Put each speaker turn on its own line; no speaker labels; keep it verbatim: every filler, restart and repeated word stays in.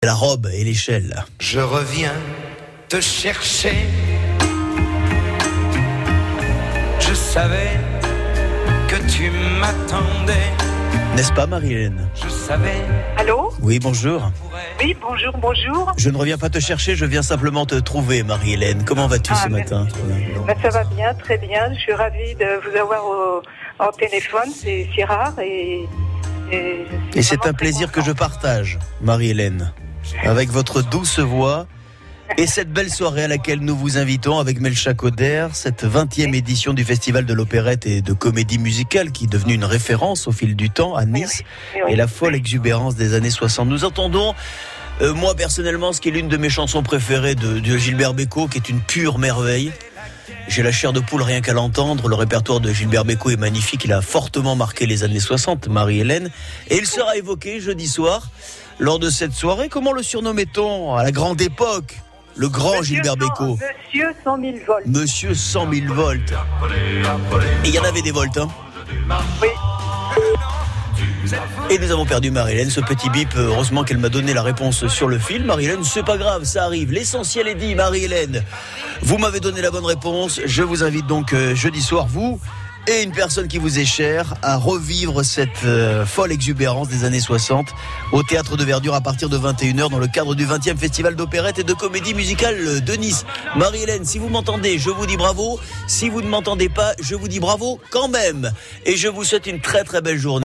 La robe et l'échelle.
Je reviens te chercher. Je savais que tu m'attendais.
N'est-ce pas, Marie-Hélène?
Je savais.
Allô?
Oui, bonjour.
Oui, bonjour, bonjour.
Je ne reviens pas te chercher, je viens simplement te trouver, Marie-Hélène. Comment vas-tu
Ah,
ce
merci.
matin?
Ben, ça va bien, très bien. Je suis ravie de vous avoir au, en téléphone. C'est si rare et... Et, je suis
Et c'est
vraiment
un plaisir
très
que je partage, Marie-Hélène, avec votre douce voix et cette belle soirée à laquelle nous vous invitons avec Melcha Coder, cette vingtième édition du Festival de l'opérette et de comédie musicale qui est devenue une référence au fil du temps à Nice,
Oui, oui.
et la folle exubérance des années soixante. Nous entendons, euh, moi personnellement, ce qui est l'une de mes chansons préférées de, de Gilbert Bécaud, qui est une pure merveille. J'ai la chair de poule rien qu'à l'entendre. Le répertoire de Gilbert Bécaud est magnifique. Il a fortement marqué les années soixante, Marie-Hélène. Et il sera évoqué jeudi soir, lors de cette soirée. Comment le surnommait-on à la grande époque? Le grand
Monsieur
Gilbert
cent-
Bécaud.
Monsieur cent mille volts.
Monsieur cent mille volts. Et il y en avait des volts, hein.
Oui.
Et nous avons perdu Marie-Hélène, ce petit bip. Heureusement qu'elle m'a donné la réponse sur le fil. Marie-Hélène, c'est pas grave, ça arrive. L'essentiel est dit, Marie-Hélène. Vous m'avez donné la bonne réponse. Je vous invite donc euh, jeudi soir, vous et une personne qui vous est chère, à revivre cette euh, folle exubérance des années soixante au Théâtre de Verdure à partir de vingt et une heures dans le cadre du vingtième Festival d'opérette et de comédie musicale de Nice. Marie-Hélène, si vous m'entendez, je vous dis bravo. Si vous ne m'entendez pas, je vous dis bravo quand même. Et je vous souhaite une très très belle journée.